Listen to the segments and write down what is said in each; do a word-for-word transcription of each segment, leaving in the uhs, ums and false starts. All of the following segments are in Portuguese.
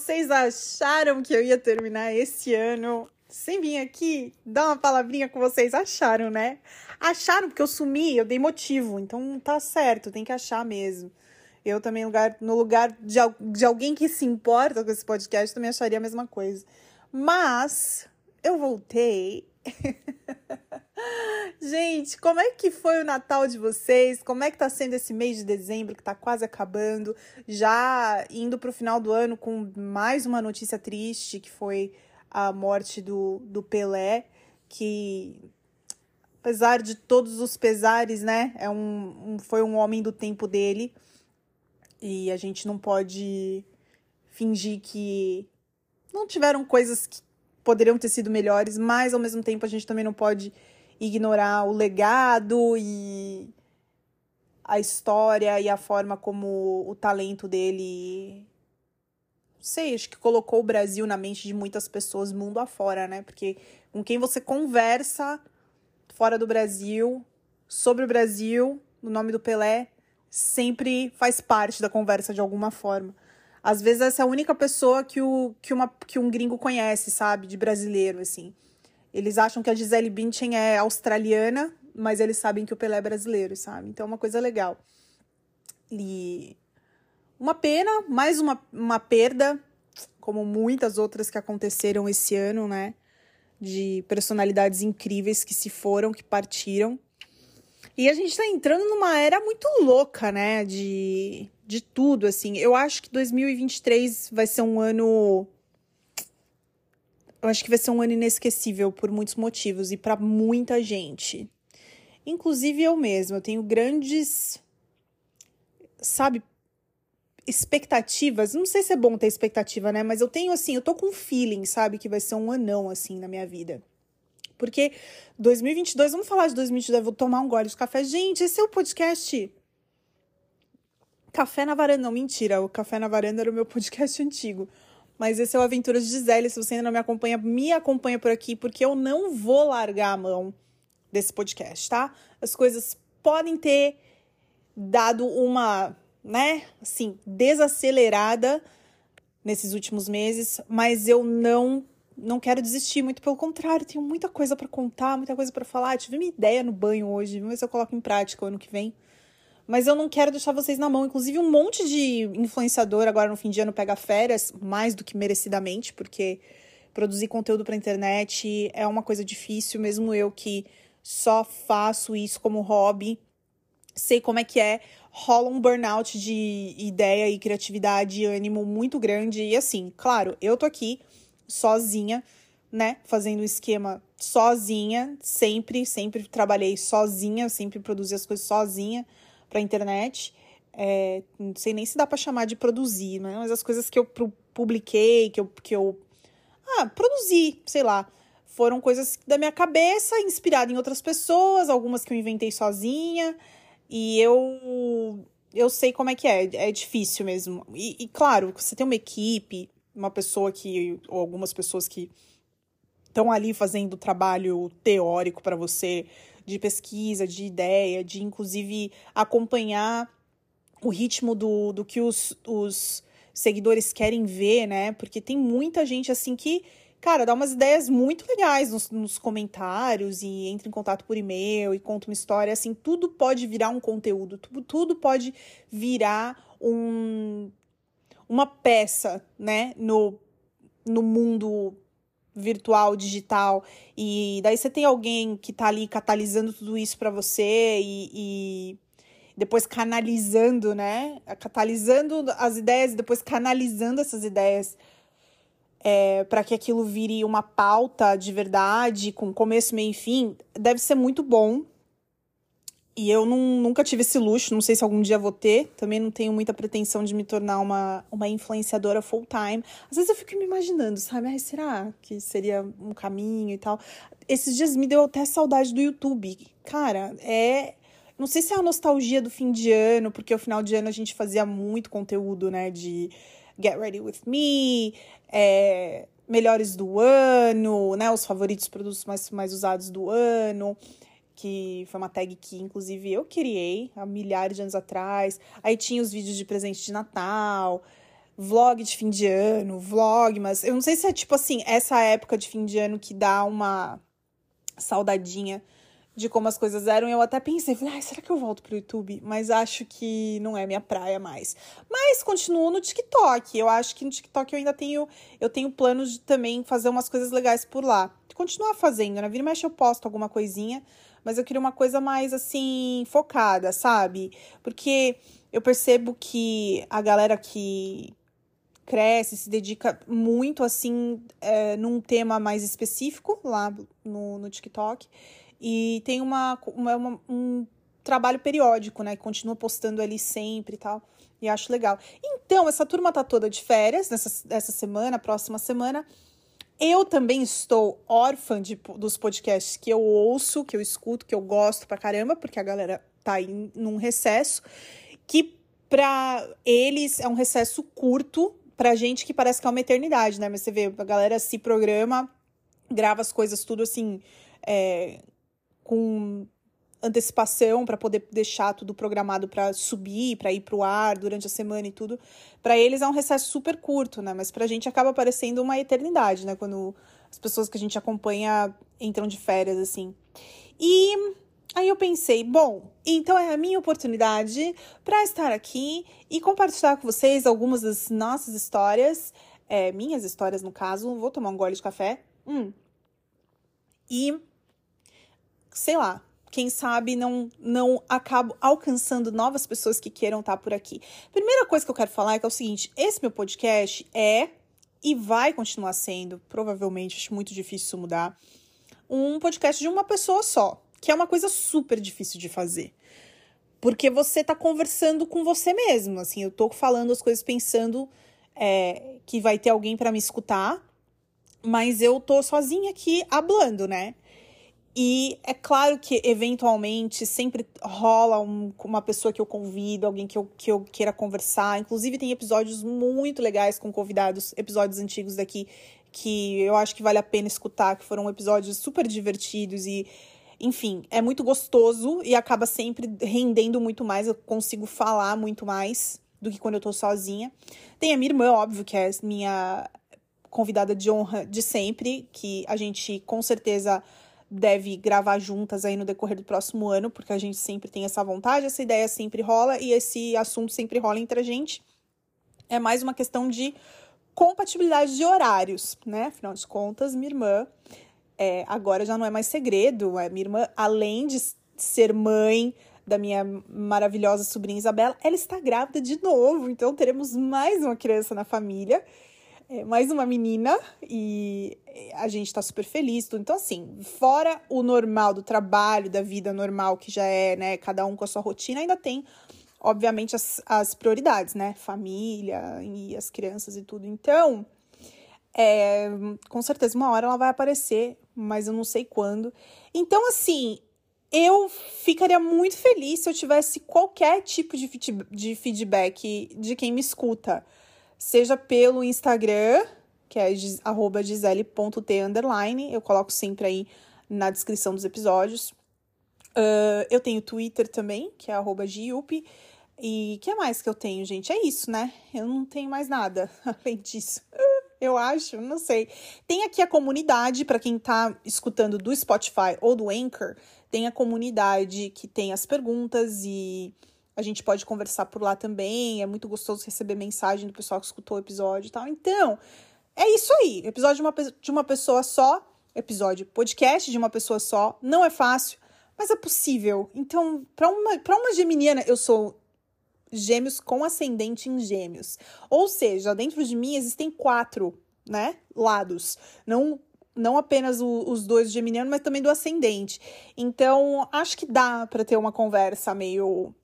vocês acharam que eu ia terminar esse ano sem vir aqui dar uma palavrinha com vocês? Acharam, né? Acharam porque eu sumi, eu dei motivo. Então tá certo, tem que achar mesmo. Eu também, lugar, no lugar de, de alguém que se importa com esse podcast, também acharia a mesma coisa. Mas eu voltei. Gente, como é que foi o Natal de vocês? Como é que tá sendo esse mês de dezembro, que tá quase acabando? Já indo pro final do ano com mais uma notícia triste, que foi a morte do, do Pelé, que, apesar de todos os pesares, né, é um, um, foi um homem do tempo dele. E a gente não pode fingir que não tiveram coisas que poderiam ter sido melhores, mas ao mesmo tempo a gente também não pode ignorar o legado e a história e a forma como o talento dele, não sei, acho que colocou o Brasil na mente de muitas pessoas mundo afora, né? Porque com quem você conversa fora do Brasil, sobre o Brasil, no nome do Pelé, sempre faz parte da conversa de alguma forma. Às vezes essa é a única pessoa que, o, que, uma, que um gringo conhece, sabe? De brasileiro, assim. Eles acham que a Gisele Bündchen é australiana, mas eles sabem que o Pelé é brasileiro, sabe? Então é uma coisa legal. E uma pena, mais uma, uma perda, como muitas outras que aconteceram esse ano, né? De personalidades incríveis que se foram, que partiram. E a gente tá entrando numa era muito louca, né, de, de tudo, assim. Eu acho que dois mil e vinte e três vai ser um ano... Eu acho que vai ser um ano inesquecível por muitos motivos e pra muita gente. Inclusive eu mesma, eu tenho grandes, sabe, expectativas. Não sei se é bom ter expectativa, né, mas eu tenho, assim, eu tô com um feeling, sabe, que vai ser um anão, assim, na minha vida. Porque dois mil e vinte e dois, vamos falar de dois mil e vinte e dois, vou tomar um gole de café. Gente, esse é o podcast Café na Varanda. Não, mentira, o Café na Varanda era o meu podcast antigo. Mas esse é o Aventuras de Gisele. Se você ainda não me acompanha, me acompanha por aqui, porque eu não vou largar a mão desse podcast, tá? As coisas podem ter dado uma, né, assim, desacelerada nesses últimos meses, mas eu não... Não quero desistir, muito pelo contrário, tenho muita coisa pra contar, muita coisa pra falar. Eu tive uma ideia no banho hoje, vamos ver se eu coloco em prática o ano que vem. Mas eu não quero deixar vocês na mão. Inclusive, um monte de influenciador agora no fim de ano pega férias, mais do que merecidamente, porque produzir conteúdo pra internet é uma coisa difícil, mesmo eu que só faço isso como hobby. Sei como é que é, rola um burnout de ideia e criatividade e ânimo muito grande. E assim, claro, eu tô aqui sozinha, né, fazendo o esquema sozinha, sempre, sempre trabalhei sozinha, sempre produzi as coisas sozinha pra internet, é, não sei nem se dá pra chamar de produzir, né, mas as coisas que eu publiquei, que eu, que eu ah, produzi, sei lá, foram coisas da minha cabeça, inspirada em outras pessoas, algumas que eu inventei sozinha, e eu, eu sei como é que é, é difícil mesmo, e, e claro, você tem uma equipe, uma pessoa que, ou algumas pessoas que estão ali fazendo trabalho teórico para você, de pesquisa, de ideia, de inclusive acompanhar o ritmo do, do que os, os seguidores querem ver, né? Porque tem muita gente assim que, cara, dá umas ideias muito legais nos, nos comentários e entra em contato por e-mail e conta uma história, assim, tudo pode virar um conteúdo, tudo, tudo pode virar um... uma peça, né, no, no mundo virtual, digital, e daí você tem alguém que tá ali catalisando tudo isso para você e, e depois canalizando, né, catalisando as ideias e depois canalizando essas ideias é, para que aquilo vire uma pauta de verdade, com começo, meio e fim, deve ser muito bom. E eu não, nunca tive esse luxo, não sei se algum dia vou ter. Também não tenho muita pretensão de me tornar uma, uma influenciadora full time. Às vezes eu fico me imaginando, sabe? Ai, será que seria um caminho e tal? Esses dias me deu até saudade do YouTube. Cara, é... Não sei se é a nostalgia do fim de ano, porque o final de ano a gente fazia muito conteúdo, né? De Get Ready With Me, é... melhores do ano, né? Os favoritos, produtos mais, mais usados do ano... que foi uma tag que, inclusive, eu criei há milhares de anos atrás. Aí tinha os vídeos de presente de Natal, vlog de fim de ano, vlog, mas eu não sei se é tipo assim, essa época de fim de ano que dá uma saudadinha de como as coisas eram. Eu até pensei, falei, ai, será que eu volto pro YouTube? Mas acho que não é minha praia mais. Mas continuo no TikTok. Eu acho que no TikTok eu ainda tenho, eu tenho planos de também fazer umas coisas legais por lá. Continuar fazendo, né? Vira e mexe eu posto alguma coisinha, mas eu queria uma coisa mais, assim, focada, sabe? Porque eu percebo que a galera que cresce, se dedica muito, assim, é, num tema mais específico lá no, no TikTok. E tem uma, uma, uma, um trabalho periódico, né? Que continua postando ali sempre e tal. E acho legal. Então, essa turma tá toda de férias nessa, essa semana, próxima semana. Eu também estou órfã de, dos podcasts que eu ouço, que eu escuto, que eu gosto pra caramba, porque a galera tá aí num recesso, que pra eles é um recesso curto, pra gente que parece que é uma eternidade, né? Mas você vê, a galera se programa, grava as coisas tudo assim, é, com antecipação para poder deixar tudo programado para subir, para ir pro ar durante a semana e tudo. Para eles é um recesso super curto, né? Mas pra gente acaba parecendo uma eternidade, né? Quando as pessoas que a gente acompanha entram de férias, assim. E aí eu pensei, bom, então é a minha oportunidade para estar aqui e compartilhar com vocês algumas das nossas histórias, é, minhas histórias no caso. Vou tomar um gole de café. Hum. E, sei lá, quem sabe não, não acabo alcançando novas pessoas que queiram estar por aqui. Primeira coisa que eu quero falar é que é o seguinte, esse meu podcast é, e vai continuar sendo, provavelmente, acho muito difícil isso mudar, um podcast de uma pessoa só, que é uma coisa super difícil de fazer. Porque você tá conversando com você mesmo, assim, eu tô falando as coisas pensando é, que vai ter alguém para me escutar, mas eu tô sozinha aqui hablando, né? E é claro que, eventualmente, sempre rola um, uma pessoa que eu convido, alguém que eu, que eu queira conversar. Inclusive, tem episódios muito legais com convidados, episódios antigos daqui, que eu acho que vale a pena escutar, que foram episódios super divertidos e, enfim, é muito gostoso e acaba sempre rendendo muito mais, eu consigo falar muito mais do que quando eu tô sozinha. Tem a minha irmã, óbvio, que é minha convidada de honra de sempre, que a gente, com certeza, deve gravar juntas aí no decorrer do próximo ano, porque a gente sempre tem essa vontade, essa ideia sempre rola e esse assunto sempre rola entre a gente. É mais uma questão de compatibilidade de horários, né? Afinal de contas, minha irmã, é, agora já não é mais segredo, é, minha irmã, além de ser mãe da minha maravilhosa sobrinha Isabela, ela está grávida de novo, então teremos mais uma criança na família. É, mais uma menina, e a gente tá super feliz, tudo. Então, assim, fora o normal do trabalho, da vida normal, que já é, né, cada um com a sua rotina, ainda tem, obviamente, as, as prioridades, né, família e as crianças e tudo. Então, é, com certeza, uma hora ela vai aparecer, mas eu não sei quando. Então, assim, eu ficaria muito feliz se eu tivesse qualquer tipo de, de feedback de quem me escuta. Seja pelo Instagram, que é arroba gisele ponto t underline. Eu coloco sempre aí na descrição dos episódios. Uh, eu tenho Twitter também, que é arroba giup. E o que mais que eu tenho, gente? É isso, né? Eu não tenho mais nada além disso. Eu acho, não sei. Tem aqui a comunidade, para quem tá escutando do Spotify ou do Anchor, tem a comunidade que tem as perguntas e a gente pode conversar por lá também. É muito gostoso receber mensagem do pessoal que escutou o episódio e tal. Então, é isso aí. Episódio de uma, de uma pessoa só. Episódio podcast de uma pessoa só. Não é fácil, mas é possível. Então, para uma, para uma geminiana, eu sou gêmeos com ascendente em gêmeos. Ou seja, dentro de mim existem quatro, né, lados. Não... Não apenas o, os dois geminianos, mas também do ascendente. Então, acho que dá para ter uma conversa meio...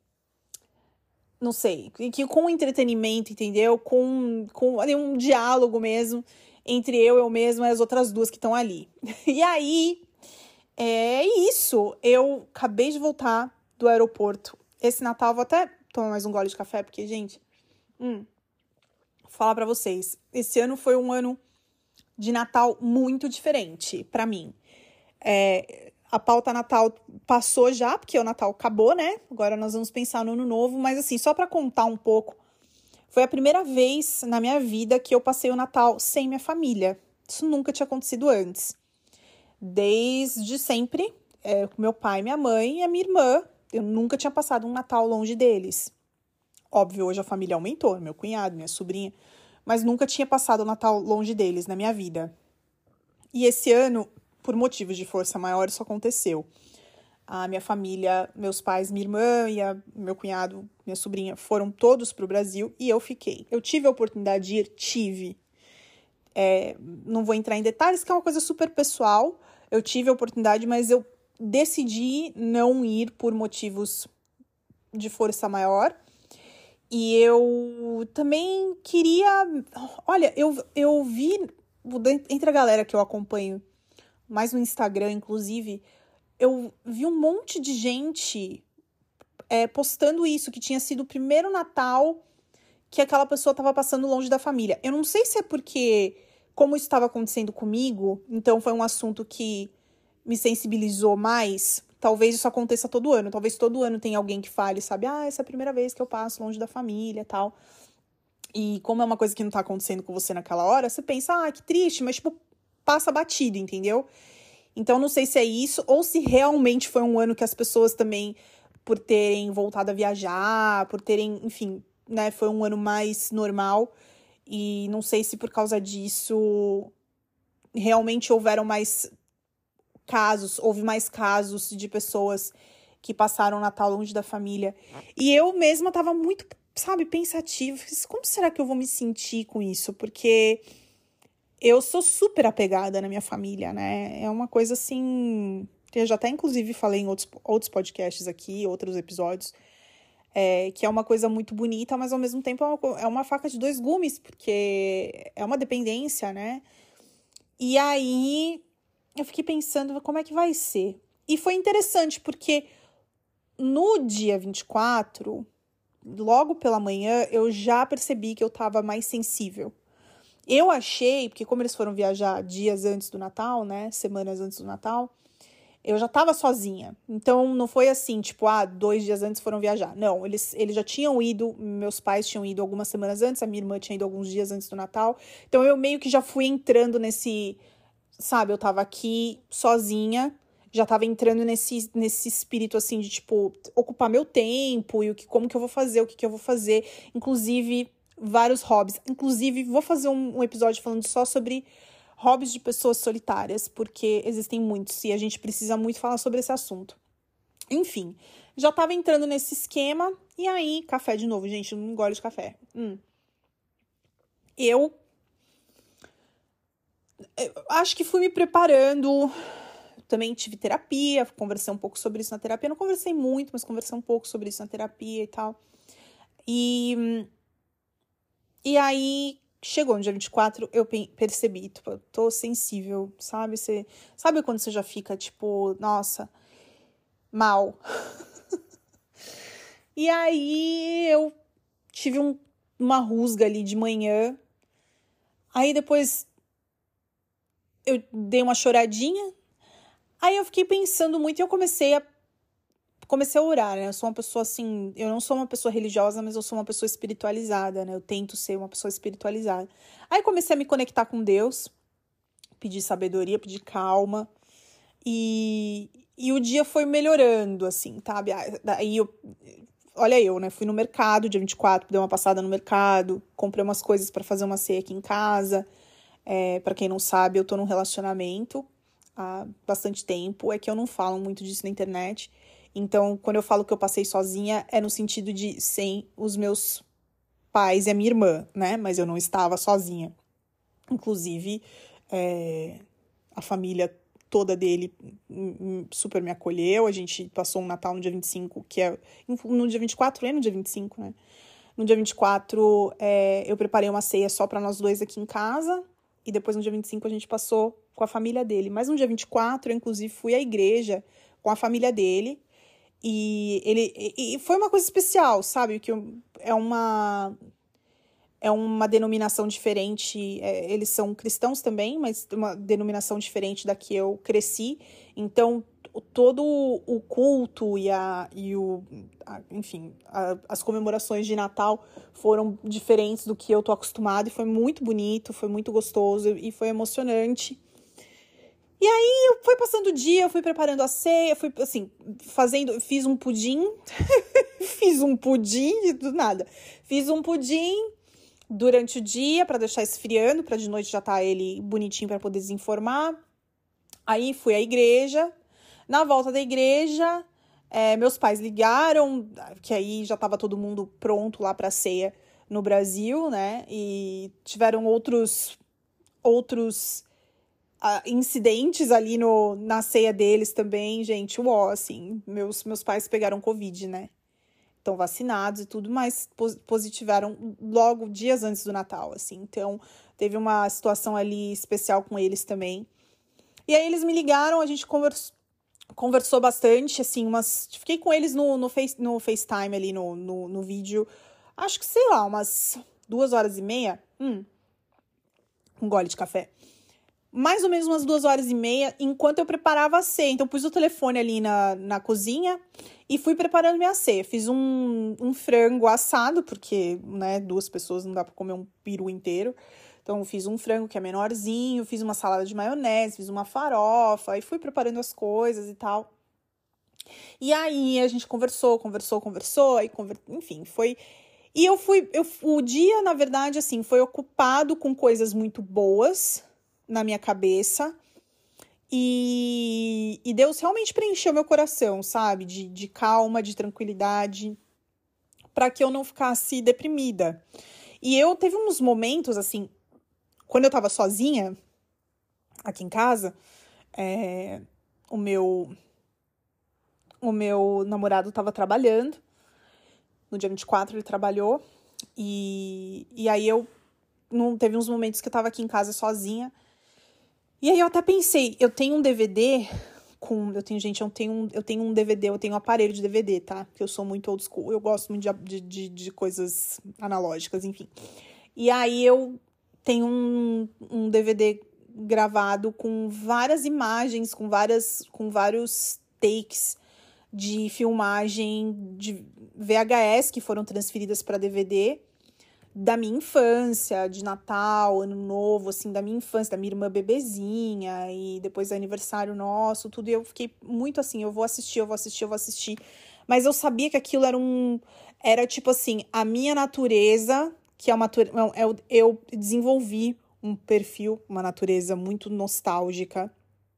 Não sei, que com entretenimento, entendeu? Com, com um diálogo mesmo entre eu, eu mesma e as outras duas que estão ali. E aí, é isso. Eu acabei de voltar do aeroporto. Esse Natal, vou até tomar mais um gole de café, porque, gente... Hum, vou falar pra vocês. Esse ano foi um ano de Natal muito diferente pra mim. É, a pauta Natal passou já, porque o Natal acabou, né? Agora nós vamos pensar no Ano Novo, mas assim, só pra contar um pouco Foi a primeira vez na minha vida que eu passei o Natal sem minha família. Isso nunca tinha acontecido antes. Desde sempre, é, com meu pai, minha mãe e a minha irmã, eu nunca tinha passado um Natal longe deles. Óbvio, hoje a família aumentou, meu cunhado, minha sobrinha, mas nunca tinha passado o Natal longe deles na minha vida. E esse ano, por motivos de força maior, isso aconteceu. A minha família, meus pais, minha irmã e a, meu cunhado, minha sobrinha, foram todos para o Brasil e eu fiquei. Eu tive a oportunidade de ir? Tive. É, não vou entrar em detalhes, que é uma coisa super pessoal. Eu tive a oportunidade, mas eu decidi não ir por motivos de força maior. E eu também queria... Olha, eu, eu vi, entre a galera que eu acompanho, mais no Instagram, inclusive, eu vi um monte de gente é, postando isso, que tinha sido o primeiro Natal que aquela pessoa estava passando longe da família. Eu não sei se é porque, como isso estava acontecendo comigo, então foi um assunto que me sensibilizou mais. Talvez isso aconteça todo ano. Talvez todo ano tenha alguém que fale, sabe? Ah, essa é a primeira vez que eu passo longe da família e tal. E como é uma coisa que não tá acontecendo com você naquela hora, você pensa, ah, que triste, mas, tipo, passa batido, entendeu? Então, não sei se é isso, ou se realmente foi um ano que as pessoas também, por terem voltado a viajar, por terem, enfim, né, foi um ano mais normal. E não sei se por causa disso realmente houveram mais casos, houve mais casos de pessoas que passaram o Natal longe da família. E eu mesma tava muito, sabe, pensativa. Como será que eu vou me sentir com isso? Porque eu sou super apegada na minha família, né? É uma coisa assim... Eu já até, inclusive, falei em outros, outros podcasts aqui, outros episódios, é, que é uma coisa muito bonita, mas, ao mesmo tempo, é uma, é uma faca de dois gumes, porque é uma dependência, né? E aí, eu fiquei pensando, como é que vai ser? E foi interessante, porque no dia vinte e quatro, logo pela manhã, eu já percebi que eu tava mais sensível. Eu achei, porque como eles foram viajar dias antes do Natal, né, semanas antes do Natal, eu já tava sozinha. Então, não foi assim, tipo, ah, dois dias antes foram viajar. Não, eles, eles já tinham ido, meus pais tinham ido algumas semanas antes, a minha irmã tinha ido alguns dias antes do Natal. Então, eu meio que já fui entrando nesse, sabe, eu tava aqui sozinha, já tava entrando nesse, nesse espírito, assim, de, tipo, ocupar meu tempo e o que, como que eu vou fazer, o que que eu vou fazer. Inclusive... vários hobbies. Inclusive, vou fazer um, um episódio falando só sobre hobbies de pessoas solitárias, porque existem muitos e a gente precisa muito falar sobre esse assunto. Enfim, já tava entrando nesse esquema e aí, café de novo, gente, não gosto de café. Hum. Eu, eu acho que fui me preparando, também tive terapia, conversei um pouco sobre isso na terapia. Não conversei muito, mas conversei um pouco sobre isso na terapia e tal. E... E aí, chegou no dia vinte e quatro, eu percebi, tipo, eu tô sensível, sabe? Você, sabe quando você já fica, tipo, nossa, mal? E aí, eu tive um, uma rusga ali de manhã. Aí, depois, eu dei uma choradinha. Aí, eu fiquei pensando muito e eu comecei a Comecei a orar, né? Eu sou uma pessoa assim... Eu não sou uma pessoa religiosa, mas eu sou uma pessoa espiritualizada, né? Eu tento ser uma pessoa espiritualizada. Aí comecei a me conectar com Deus, pedir sabedoria, pedir calma. E, e o dia foi melhorando, assim, sabe? Aí eu... Olha eu, né? Fui no mercado, dia vinte e quatro, dei uma passada no mercado, comprei umas coisas pra fazer uma ceia aqui em casa. É, pra quem não sabe, eu tô num relacionamento há bastante tempo. É que eu não falo muito disso na internet. Então, quando eu falo que eu passei sozinha, é no sentido de sem os meus pais e a minha irmã, né? Mas eu não estava sozinha. Inclusive, é, a família toda dele super me acolheu. A gente passou um Natal no dia vinte e cinco, que é... No dia vinte e quatro e no dia vinte e cinco, né? No dia vinte e quatro, é, eu preparei uma ceia só para nós dois aqui em casa. E depois, no dia vinte e cinco, a gente passou com a família dele. Mas no dia vinte e quatro, eu, inclusive, fui à igreja com a família dele. E, ele, e foi uma coisa especial, sabe? Que é uma, é uma denominação diferente. É, eles são cristãos também, mas uma denominação diferente da que eu cresci. Então, todo o culto e, a, e o, a, enfim, a, as comemorações de Natal foram diferentes do que eu tô acostumada, e foi muito bonito, foi muito gostoso e foi emocionante. E aí, eu fui passando o dia, eu fui preparando a ceia, fui, assim, fazendo, fiz um pudim, fiz um pudim, do nada, fiz um pudim durante o dia para deixar esfriando, para de noite já tá ele bonitinho para poder desenformar. Aí fui à igreja. Na volta da igreja, é, meus pais ligaram, que aí já estava todo mundo pronto lá para a ceia no Brasil, né? E tiveram outros, outros uh, incidentes ali no, na ceia deles também, gente. Uó, assim, meus, meus pais pegaram Covid, né? Estão vacinados e tudo, mas positivaram logo dias antes do Natal, assim. Então, teve uma situação ali especial com eles também. E aí eles me ligaram, a gente conversou, conversou bastante, assim, umas... Fiquei com eles no, no, face, no FaceTime ali, no, no, no vídeo, acho que, sei lá, umas duas horas e meia. Hum, um gole de café. Mais ou menos umas duas horas e meia, enquanto eu preparava a ceia. Então, pus o telefone ali na, na cozinha e fui preparando minha ceia. Fiz um, um frango assado, porque, né, duas pessoas não dá pra comer um peru inteiro. Então, fiz um frango que é menorzinho, fiz uma salada de maionese, fiz uma farofa, e fui preparando as coisas e tal. E aí, a gente conversou, conversou, conversou, aí, conver... enfim, foi... E eu fui... Eu... O dia, na verdade, assim, foi ocupado com coisas muito boas na minha cabeça. E, e Deus realmente preencheu meu coração, sabe? De, de calma, de tranquilidade, para que eu não ficasse deprimida. E eu teve uns momentos, assim... Quando eu tava sozinha, aqui em casa, é, o meu o meu namorado tava trabalhando. No dia vinte e quatro ele trabalhou. E, e aí eu, não, teve uns momentos que eu tava aqui em casa sozinha. E aí eu até pensei, eu tenho um D V D com... Eu tenho, gente, eu tenho um, eu tenho um D V D, eu tenho um aparelho de D V D, tá? Porque eu sou muito old school, eu gosto muito de, de, de coisas analógicas, enfim. E aí eu... Tem um, um D V D gravado com várias imagens, com, várias, com vários takes de filmagem de V H S que foram transferidas para D V D da minha infância, de Natal, Ano Novo, assim, da minha infância, da minha irmã bebezinha, e depois do aniversário nosso, tudo. E eu fiquei muito assim, eu vou assistir, eu vou assistir, eu vou assistir. Mas eu sabia que aquilo era um... Era tipo assim, a minha natureza... que é uma eu, eu desenvolvi um perfil, uma natureza muito nostálgica,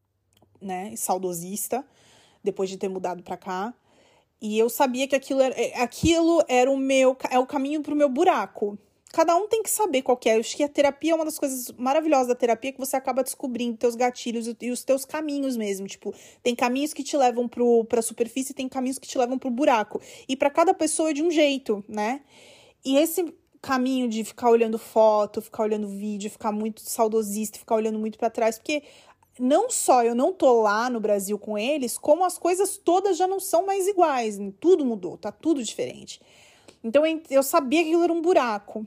né, saudosista, depois de ter mudado pra cá, e eu sabia que aquilo era, aquilo era o meu, é o caminho pro meu buraco. Cada um tem que saber qual que é. Eu acho que a terapia é uma das coisas maravilhosas da terapia, que você acaba descobrindo teus gatilhos e os teus caminhos mesmo. Tipo, tem caminhos que te levam pro, pra superfície e tem caminhos que te levam pro buraco. E pra cada pessoa é de um jeito, né? E esse caminho de ficar olhando foto, ficar olhando vídeo, ficar muito saudosista, ficar olhando muito pra trás, porque não só eu não tô lá no Brasil com eles, como as coisas todas já não são mais iguais, tudo mudou, tá tudo diferente. Então eu sabia que aquilo era um buraco,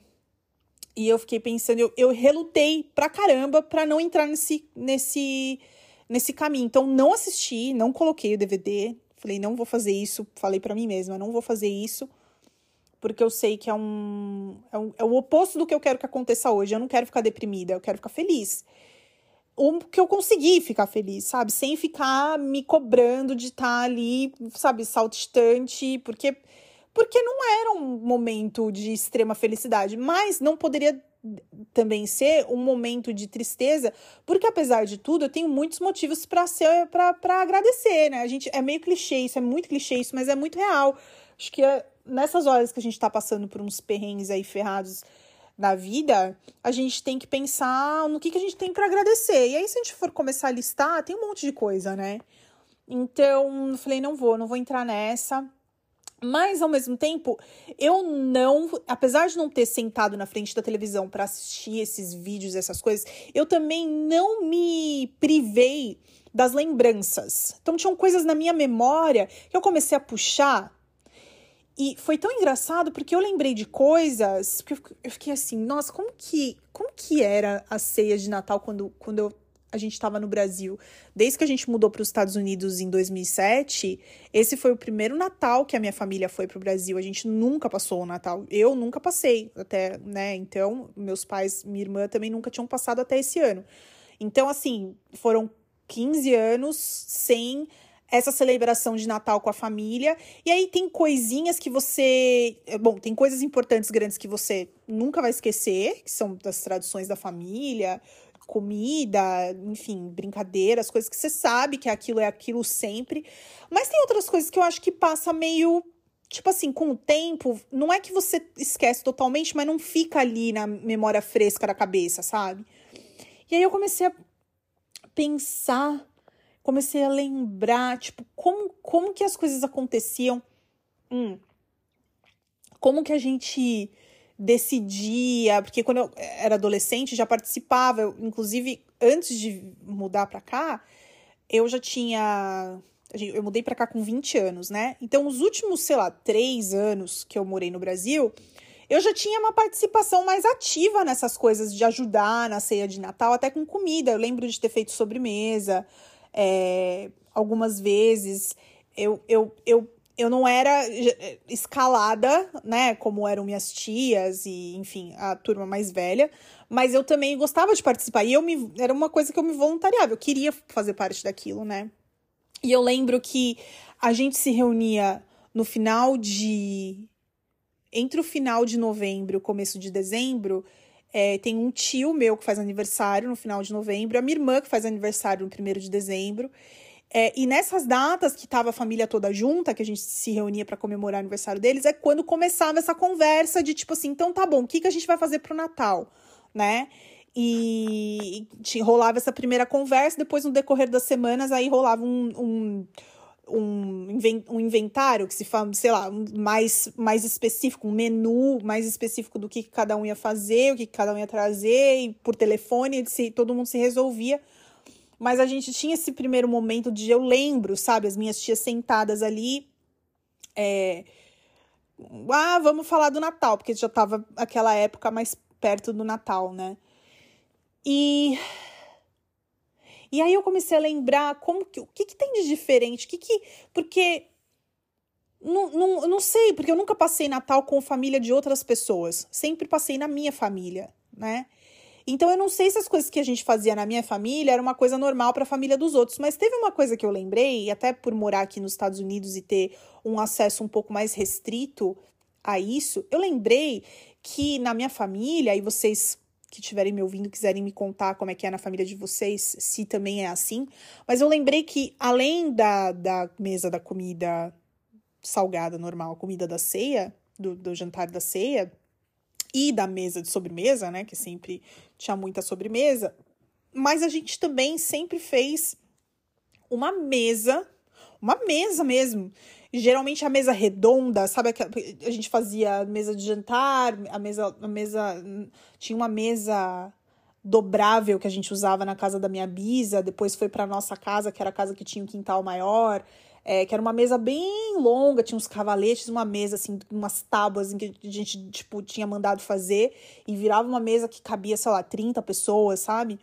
e eu fiquei pensando, eu, eu relutei pra caramba pra não entrar nesse, nesse, nesse caminho. Então não assisti, não coloquei o D V D, falei, não vou fazer isso, falei pra mim mesma, não vou fazer isso, porque eu sei que é um, é um... É o oposto do que eu quero que aconteça hoje. Eu não quero ficar deprimida, eu quero ficar feliz. Ou que eu consegui ficar feliz, sabe? Sem ficar me cobrando de estar ali, sabe, saltitante, porque, porque não era um momento de extrema felicidade. Mas não poderia também ser um momento de tristeza, porque apesar de tudo, eu tenho muitos motivos para ser, para para agradecer, né? A gente, é meio clichê isso, é muito clichê isso, mas é muito real. Acho que é, nessas horas que a gente tá passando por uns perrengues aí ferrados na vida, a gente tem que pensar no que, que a gente tem para agradecer. E aí, se a gente for começar a listar, tem um monte de coisa, né? Então, eu falei, não vou, não vou entrar nessa. Mas, ao mesmo tempo, eu não... Apesar de não ter sentado na frente da televisão para assistir esses vídeos, essas coisas, eu também não me privei das lembranças. Então, tinham coisas na minha memória que eu comecei a puxar. E foi tão engraçado, porque eu lembrei de coisas, porque eu fiquei assim, nossa, como que, como que era a ceia de Natal quando, quando eu a gente estava no Brasil, desde que a gente mudou para os Estados Unidos em dois mil e sete, esse foi o primeiro Natal que a minha família foi para o Brasil. A gente nunca passou o Natal. Eu nunca passei até, né? Então, meus pais, minha irmã também nunca tinham passado até esse ano. Então, assim, foram quinze anos sem essa celebração de Natal com a família. E aí tem coisinhas que você... Bom, tem coisas importantes, grandes, que você nunca vai esquecer, que são das tradições da família, comida, enfim, brincadeiras, coisas que você sabe que aquilo é aquilo sempre. Mas tem outras coisas que eu acho que passa meio... Tipo assim, com o tempo, não é que você esquece totalmente, mas não fica ali na memória fresca da cabeça, sabe? E aí eu comecei a pensar... Comecei a lembrar, tipo, como, como que as coisas aconteciam. Hum, como que a gente decidia. Porque quando eu era adolescente, já participava. Eu, inclusive, antes de mudar pra cá, eu já tinha... Eu mudei pra cá com vinte anos, né? Então, os últimos, sei lá, três anos que eu morei no Brasil, eu já tinha uma participação mais ativa nessas coisas de ajudar na ceia de Natal, até com comida. Eu lembro de ter feito sobremesa... É, algumas vezes eu, eu, eu, eu não era escalada, né, como eram minhas tias e, enfim, a turma mais velha, mas eu também gostava de participar, e eu me, era uma coisa que eu me voluntariava, eu queria fazer parte daquilo, né, e eu lembro que a gente se reunia no final de, entre o final de novembro e o começo de dezembro. É, tem um tio meu que faz aniversário no final de novembro, a minha irmã que faz aniversário no primeiro de dezembro. É, e nessas datas que tava a família toda junta, que a gente se reunia para comemorar o aniversário deles, é quando começava essa conversa de tipo assim, então tá bom, o que, que a gente vai fazer pro Natal, né? E, e rolava essa primeira conversa, depois no decorrer das semanas aí rolava um... um Um, um inventário que se fala, sei lá, mais, mais específico, um menu mais específico do que cada um ia fazer, o que cada um ia trazer, e por telefone se, todo mundo se resolvia. Mas a gente tinha esse primeiro momento de, eu lembro, sabe, as minhas tias sentadas ali, é, ah, vamos falar do Natal, porque já tava aquela época mais perto do Natal, né? E... E aí eu comecei a lembrar como que, o que, que tem de diferente, o que que... Porque, não, não, não sei, porque eu nunca passei Natal com família de outras pessoas. Sempre passei na minha família, né? Então eu não sei se as coisas que a gente fazia na minha família era uma coisa normal para a família dos outros. Mas teve uma coisa que eu lembrei, até por morar aqui nos Estados Unidos e ter um acesso um pouco mais restrito a isso, eu lembrei que na minha família, e vocês... que estiverem me ouvindo, quiserem me contar como é que é na família de vocês, se também é assim. Mas eu lembrei que, além da, da mesa da comida salgada normal, comida da ceia, do, do jantar da ceia, e da mesa de sobremesa, né, que sempre tinha muita sobremesa, mas a gente também sempre fez uma mesa, uma mesa mesmo, geralmente a mesa redonda, sabe? A gente fazia a mesa de jantar, a mesa, a mesa... Tinha uma mesa dobrável que a gente usava na casa da minha bisa, depois foi pra nossa casa, que era a casa que tinha um quintal maior, é, que era uma mesa bem longa, tinha uns cavaletes, uma mesa, assim, umas tábuas em que a gente, tipo, tinha mandado fazer, e virava uma mesa que cabia, sei lá, trinta pessoas, sabe?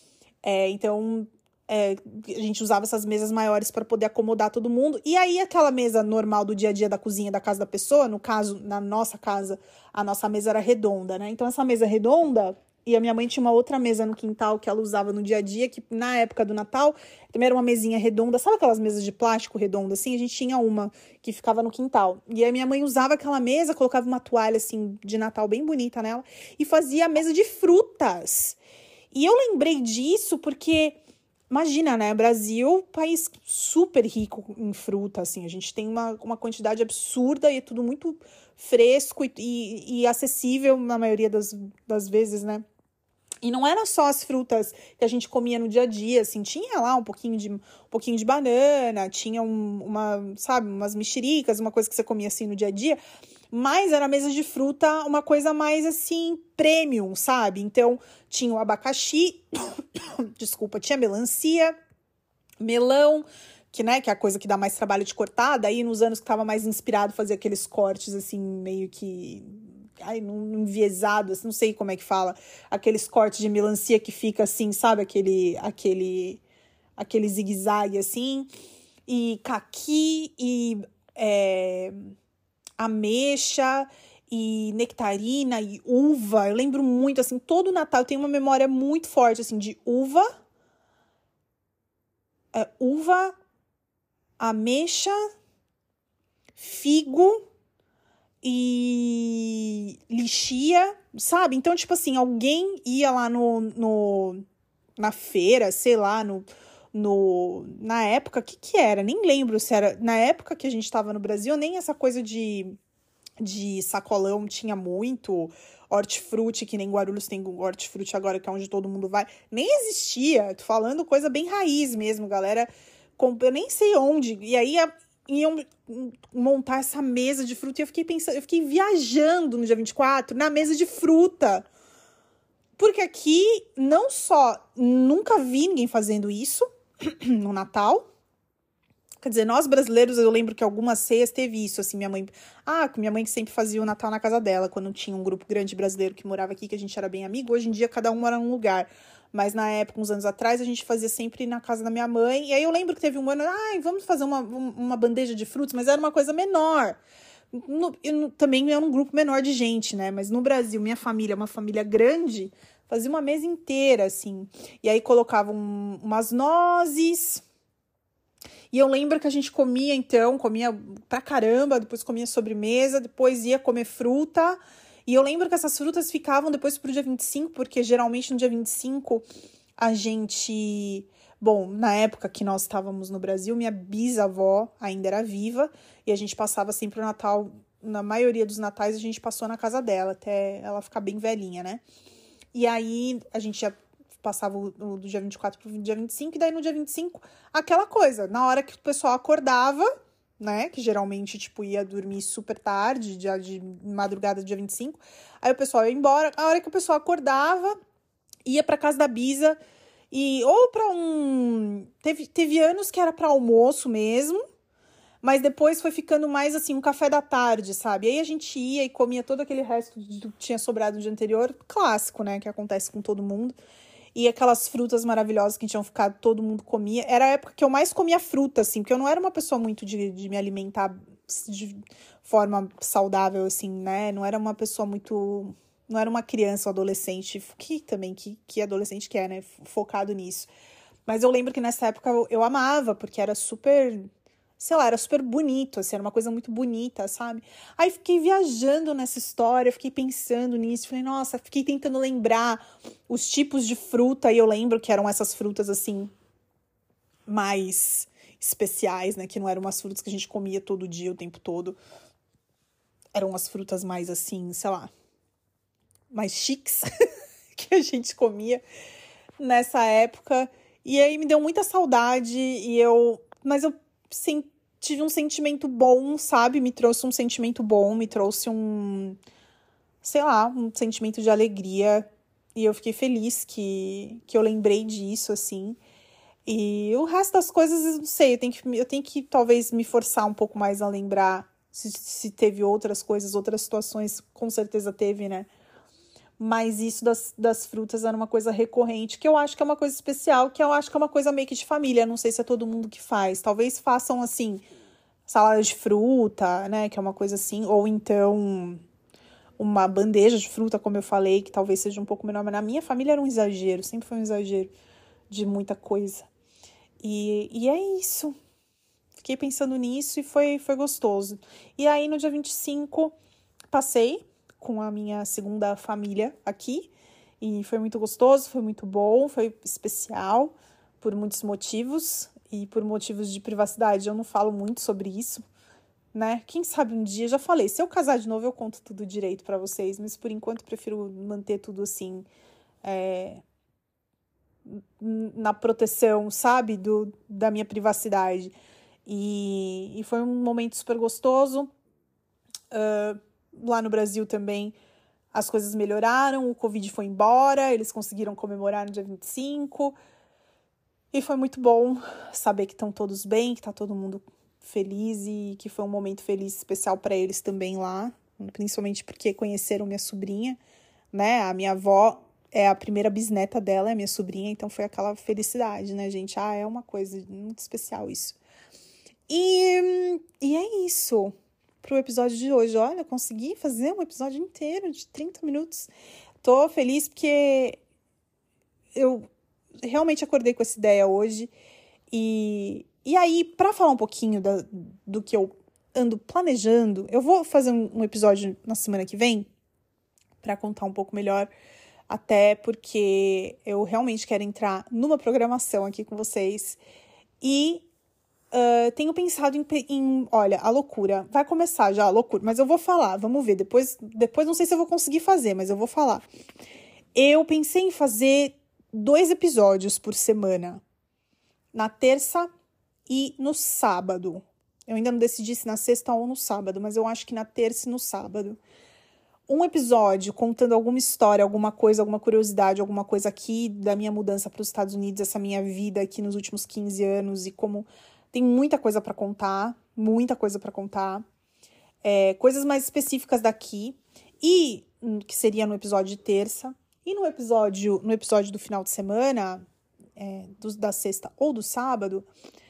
É, então... É, a gente usava essas mesas maiores para poder acomodar todo mundo. E aí, aquela mesa normal do dia a dia da cozinha da casa da pessoa, no caso, na nossa casa, a nossa mesa era redonda, né? Então, essa mesa redonda, e a minha mãe tinha uma outra mesa no quintal que ela usava no dia a dia, que na época do Natal, também era uma mesinha redonda. Sabe aquelas mesas de plástico redonda, assim? A gente tinha uma que ficava no quintal. E aí, minha mãe usava aquela mesa, colocava uma toalha, assim, de Natal bem bonita nela, e fazia a mesa de frutas. E eu lembrei disso porque... Imagina, né? Brasil, país super rico em fruta, assim. A gente tem uma, uma quantidade absurda e é tudo muito fresco e, e, e acessível na maioria das, das vezes, né? E não era só as frutas que a gente comia no dia a dia, assim. Tinha lá um pouquinho de, um pouquinho de banana, tinha um, uma, sabe, umas mexericas, uma coisa que você comia, assim, no dia a dia. Mas era mesa de fruta uma coisa mais, assim, premium, sabe? Então, tinha o abacaxi, desculpa, tinha melancia, melão, que, né, que é a coisa que dá mais trabalho de cortar. Daí, nos anos que tava mais inspirado, fazer aqueles cortes, assim, meio que ai, num enviesado, assim, não sei como é que fala, aqueles cortes de melancia que fica assim, sabe? Aquele, aquele, aquele zigue-zague, assim. E caqui, e é, ameixa, e nectarina, e uva. Eu lembro muito, assim, todo o Natal eu tenho uma memória muito forte, assim, de uva, é, uva, ameixa, figo e lixia, sabe? Então, tipo assim, alguém ia lá no, no na feira, sei lá, no, no na época, o que que era? Nem lembro se era, na época que a gente tava no Brasil, nem essa coisa de, de sacolão tinha muito, hortifruti, que nem Guarulhos tem hortifruti agora, que é onde todo mundo vai, nem existia, tô falando coisa bem raiz mesmo, galera, eu nem sei onde, e aí a, iam montar essa mesa de fruta, e eu fiquei pensando, eu fiquei viajando no dia vinte e quatro, na mesa de fruta, porque aqui, não só, nunca vi ninguém fazendo isso no Natal. Quer dizer, nós brasileiros, eu lembro que algumas ceias teve isso, assim, minha mãe... Ah, minha mãe que sempre fazia o Natal na casa dela, quando tinha um grupo grande brasileiro que morava aqui, que a gente era bem amigo. Hoje em dia, cada um mora num lugar. Mas na época, uns anos atrás, a gente fazia sempre na casa da minha mãe. E aí eu lembro que teve um ano, ai, vamos fazer uma, uma bandeja de frutos, mas era uma coisa menor. No, eu, também era um grupo menor de gente, né? Mas no Brasil, minha família é uma família grande, fazia uma mesa inteira, assim. E aí colocavam umas nozes. E eu lembro que a gente comia, então, comia pra caramba, depois comia sobremesa, depois ia comer fruta. E eu lembro que essas frutas ficavam depois pro dia vinte e cinco, porque geralmente no dia vinte e cinco a gente... Bom, na época que nós estávamos no Brasil, minha bisavó ainda era viva e a gente passava sempre o Natal, na maioria dos natais a gente passou na casa dela, até ela ficar bem velhinha, né? E aí a gente já passava o, o, do dia vinte e quatro pro dia vinte e cinco, e daí no dia vinte e cinco, aquela coisa, na hora que o pessoal acordava, né, que geralmente, tipo, ia dormir super tarde, dia de madrugada do dia vinte e cinco, aí o pessoal ia embora, a hora que o pessoal acordava, ia pra casa da bisa, e ou pra um... Teve, teve anos que era pra almoço mesmo, mas depois foi ficando mais, assim, um café da tarde, sabe? Aí a gente ia e comia todo aquele resto do que tinha sobrado no dia anterior, clássico, né, que acontece com todo mundo. E aquelas frutas maravilhosas que tinham ficado, todo mundo comia. Era a época que eu mais comia fruta, assim, porque eu não era uma pessoa muito de, de me alimentar de forma saudável, assim, né? Não era uma pessoa muito... Não era uma criança ou adolescente, que também, que, que adolescente que é, né? Focado nisso. Mas eu lembro que nessa época eu, eu amava, porque era super... Sei lá, era super bonito, assim, era uma coisa muito bonita, sabe? Aí fiquei viajando nessa história, fiquei pensando nisso, falei, nossa, fiquei tentando lembrar os tipos de fruta, e eu lembro que eram essas frutas, assim, mais especiais, né? Que não eram umas frutas que a gente comia todo dia, o tempo todo. Eram as frutas mais, assim, sei lá, mais chiques que a gente comia nessa época. E aí me deu muita saudade, e eu... Mas eu Sim, tive um sentimento bom, sabe? Me trouxe um sentimento bom, me trouxe um, sei lá, um sentimento de alegria. E eu fiquei feliz que, que eu lembrei disso, assim. E o resto das coisas, eu não sei, eu tenho que, eu tenho que talvez me forçar um pouco mais a lembrar se, se teve outras coisas, outras situações, com certeza teve, né? Mas isso das, das frutas era uma coisa recorrente, que eu acho que é uma coisa especial, que eu acho que é uma coisa meio que de família, não sei se é todo mundo que faz. Talvez façam, assim, salada de fruta, né, que é uma coisa assim, ou então uma bandeja de fruta, como eu falei, que talvez seja um pouco menor, mas na minha família era um exagero, sempre foi um exagero de muita coisa. E, e é isso. Fiquei pensando nisso e foi, foi gostoso. E aí, no dia vinte e cinco, passei com a minha segunda família aqui, e foi muito gostoso, foi muito bom, foi especial, por muitos motivos, e por motivos de privacidade eu não falo muito sobre isso, né? Quem sabe um dia, já falei, se eu casar de novo eu conto tudo direito pra vocês, mas por enquanto eu prefiro manter tudo assim, é, na proteção, sabe, do, da minha privacidade. E, e foi um momento super gostoso. Uh, lá no Brasil também as coisas melhoraram, o Covid foi embora, eles conseguiram comemorar no dia vinte e cinco, e foi muito bom saber que estão todos bem, que tá todo mundo feliz, e que foi um momento feliz, especial para eles também lá, principalmente porque conheceram minha sobrinha, né? A minha avó é a primeira bisneta dela, é minha sobrinha, então foi aquela felicidade, né, gente? Ah, é uma coisa muito especial isso. E, e é isso pro episódio de hoje. Olha, consegui fazer um episódio inteiro de trinta minutos. Tô feliz porque eu realmente acordei com essa ideia hoje. E, e aí, para falar um pouquinho da, do que eu ando planejando, eu vou fazer um, um episódio na semana que vem para contar um pouco melhor, até porque eu realmente quero entrar numa programação aqui com vocês. E uh, tenho pensado em, em... Olha, a loucura. Vai começar já a loucura, mas eu vou falar. Vamos ver. Depois, depois não sei se eu vou conseguir fazer, mas eu vou falar. Eu pensei em fazer dois episódios por semana. Na terça e no sábado. Eu ainda não decidi se na sexta ou no sábado, mas eu acho que na terça e no sábado. Um episódio contando alguma história, alguma coisa, alguma curiosidade, alguma coisa aqui da minha mudança para os Estados Unidos, essa minha vida aqui nos últimos quinze anos e como tem muita coisa para contar, muita coisa para contar. É, coisas mais específicas daqui, e que seria no episódio de terça. E no episódio, no episódio do final de semana, é, do, da sexta ou do sábado,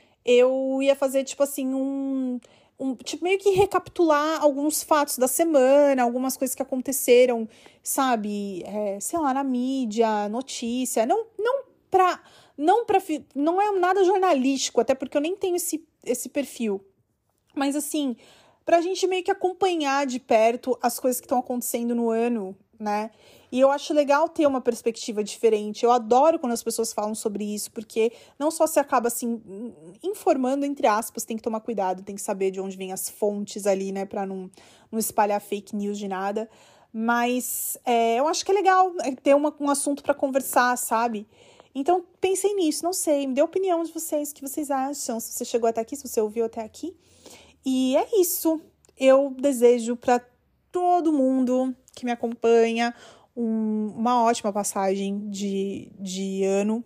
eu ia fazer, tipo assim, um... Um, tipo, meio que recapitular alguns fatos da semana, algumas coisas que aconteceram, sabe, é, sei lá, na mídia, notícia, não, não pra, não pra, não é nada jornalístico, até porque eu nem tenho esse, esse perfil, mas assim, pra gente meio que acompanhar de perto as coisas que estão acontecendo no ano, né, e eu acho legal ter uma perspectiva diferente. Eu adoro quando as pessoas falam sobre isso, porque não só se acaba, assim, informando, entre aspas, tem que tomar cuidado, tem que saber de onde vêm as fontes ali, né, pra não, não espalhar fake news de nada. Mas é, eu acho que é legal ter uma, um assunto pra conversar, sabe? Então, pensei nisso, não sei, me dê a opinião de vocês, o que vocês acham, se você chegou até aqui, se você ouviu até aqui. E é isso. Eu desejo pra todo mundo que me acompanha Um, uma ótima passagem de, de ano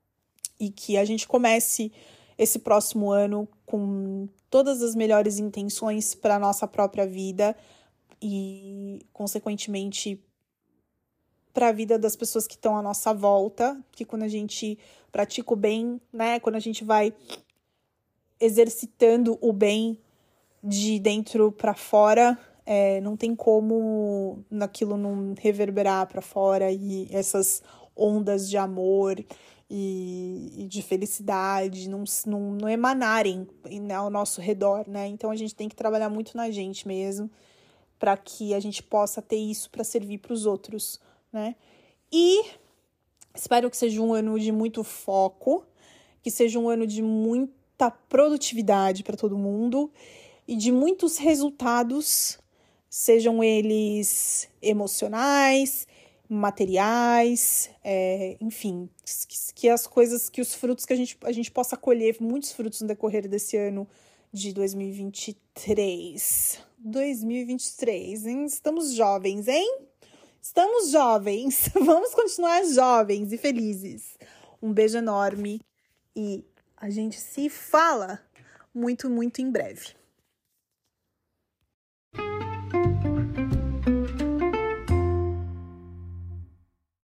e que a gente comece esse próximo ano com todas as melhores intenções para a nossa própria vida e, consequentemente, para a vida das pessoas que estão à nossa volta, que quando a gente pratica o bem, né, quando a gente vai exercitando o bem de dentro para fora, É, não tem como naquilo não reverberar para fora e essas ondas de amor e, e de felicidade não, não, não emanarem, né, ao nosso redor, né? Então a gente tem que trabalhar muito na gente mesmo para que a gente possa ter isso para servir para os outros, né? E espero que seja um ano de muito foco, que seja um ano de muita produtividade para todo mundo e de muitos resultados, sejam eles emocionais, materiais, é, enfim, que, que as coisas, que os frutos que a gente, a gente possa colher, muitos frutos no decorrer desse ano de dois mil e vinte e três. dois mil e vinte e três, hein? Estamos jovens, hein? Estamos jovens, vamos continuar jovens e felizes. Um beijo enorme e a gente se fala muito, muito em breve.